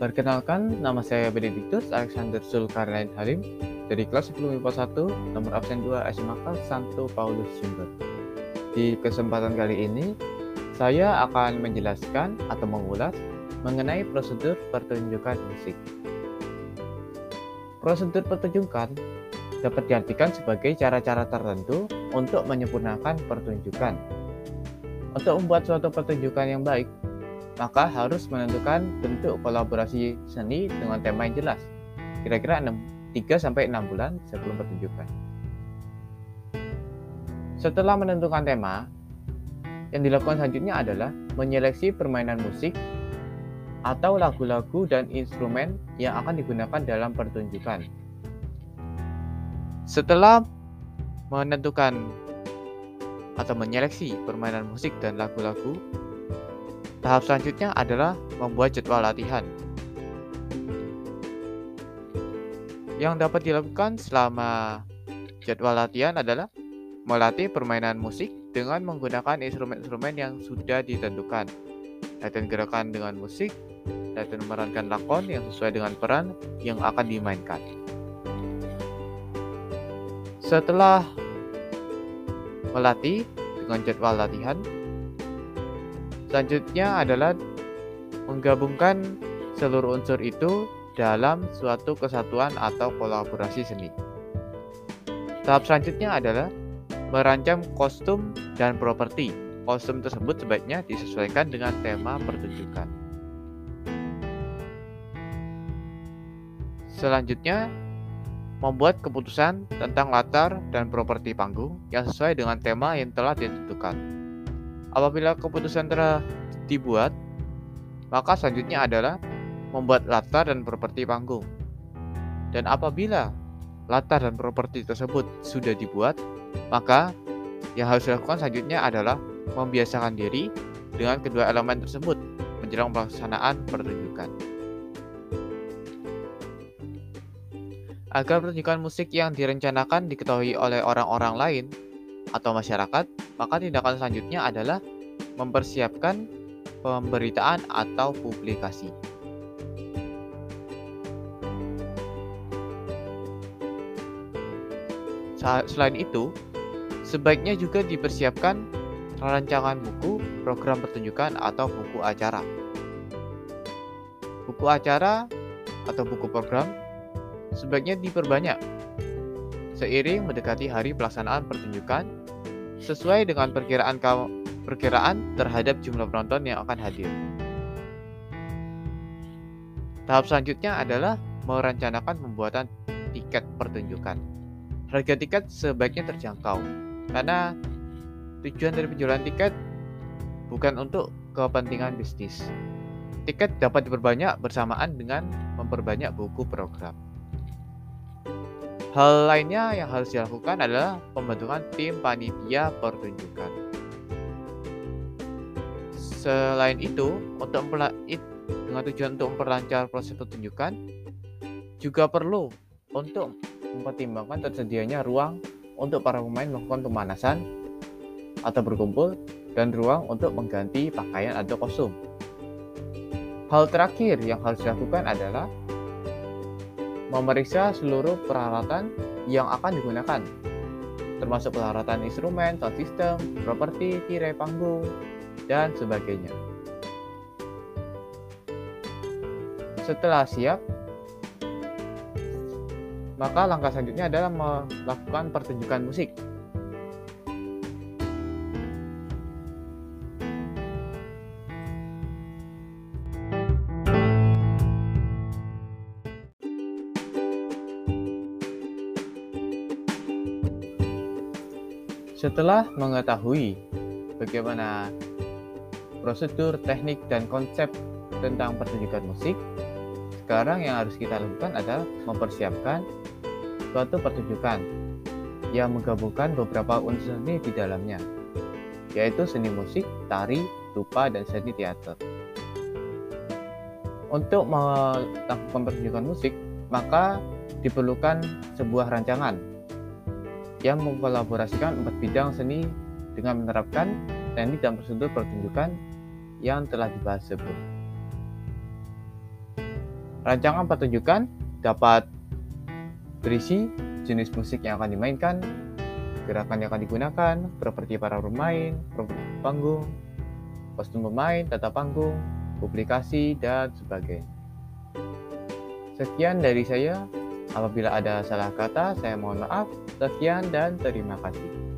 Perkenalkan, nama saya Benedictus Alexander Zulkarnain Halim dari kelas 10 MIPA 1, nomor absen 2 SMA kelas Santo Paulus Jember. Di kesempatan kali ini, saya akan menjelaskan atau mengulas mengenai prosedur pertunjukan musik. Prosedur pertunjukan dapat diartikan sebagai cara-cara tertentu untuk menyempurnakan pertunjukan. Untuk membuat suatu pertunjukan yang baik, maka harus menentukan bentuk kolaborasi seni dengan tema yang jelas, kira-kira 3-6 bulan sebelum pertunjukan. Setelah menentukan tema, yang dilakukan selanjutnya adalah menyeleksi permainan musik atau lagu-lagu dan instrumen yang akan digunakan dalam pertunjukan. Setelah menentukan atau menyeleksi permainan musik dan lagu-lagu, tahap selanjutnya adalah membuat jadwal latihan. Yang dapat dilakukan selama jadwal latihan adalah melatih permainan musik dengan menggunakan instrumen-instrumen yang sudah ditentukan, latihan gerakan dengan musik, latihan memerankan lakon yang sesuai dengan peran yang akan dimainkan. Setelah melatih dengan jadwal latihan, selanjutnya adalah menggabungkan seluruh unsur itu dalam suatu kesatuan atau kolaborasi seni. Tahap selanjutnya adalah merancang kostum dan properti. Kostum tersebut sebaiknya disesuaikan dengan tema pertunjukan. Selanjutnya, membuat keputusan tentang latar dan properti panggung yang sesuai dengan tema yang telah ditentukan. Apabila keputusan telah dibuat, maka selanjutnya adalah membuat latar dan properti panggung. Dan apabila latar dan properti tersebut sudah dibuat, maka yang harus dilakukan selanjutnya adalah membiasakan diri dengan kedua elemen tersebut menjelang pelaksanaan pertunjukan. Agar pertunjukan musik yang direncanakan diketahui oleh orang-orang lain atau masyarakat, maka tindakan selanjutnya adalah mempersiapkan pemberitaan atau publikasi. Selain itu, sebaiknya juga dipersiapkan rancangan buku, program pertunjukan, atau buku acara. Buku acara atau buku program sebaiknya diperbanyak seiring mendekati hari pelaksanaan pertunjukan sesuai dengan perkiraan terhadap jumlah penonton yang akan hadir. Tahap selanjutnya adalah merencanakan pembuatan tiket pertunjukan. Harga tiket sebaiknya terjangkau, karena tujuan dari penjualan tiket bukan untuk kepentingan bisnis. Tiket dapat diperbanyak bersamaan dengan memperbanyak buku program. Hal lainnya yang harus dilakukan adalah pembentukan tim panitia pertunjukan. Selain itu, dengan tujuan untuk memperlancar proses pertunjukan, juga perlu untuk mempertimbangkan tersedianya ruang untuk para pemain melakukan pemanasan atau berkumpul, dan ruang untuk mengganti pakaian atau kostum. Hal terakhir yang harus dilakukan adalah memeriksa seluruh peralatan yang akan digunakan, termasuk peralatan instrumen, sound system, properti, tirai panggung, dan sebagainya. Setelah siap, maka langkah selanjutnya adalah melakukan pertunjukan musik. Setelah mengetahui bagaimana prosedur, teknik, dan konsep tentang pertunjukan musik, sekarang yang harus kita lakukan adalah mempersiapkan suatu pertunjukan yang menggabungkan beberapa unsur seni di dalamnya, yaitu seni musik, tari, rupa, dan seni teater. Untuk melakukan pertunjukan musik, maka diperlukan sebuah rancangan yang mengkolaborasikan 4 bidang seni dengan menerapkan teknik dan prosedur pertunjukan yang telah dibahas sebelumnya. Rancangan pertunjukan dapat berisi jenis musik yang akan dimainkan, gerakan yang akan digunakan, properti para pemain, properti panggung, kostum pemain, tata panggung, publikasi, dan sebagainya. Sekian dari saya. Apabila ada salah kata, saya mohon maaf. Sekian dan terima kasih.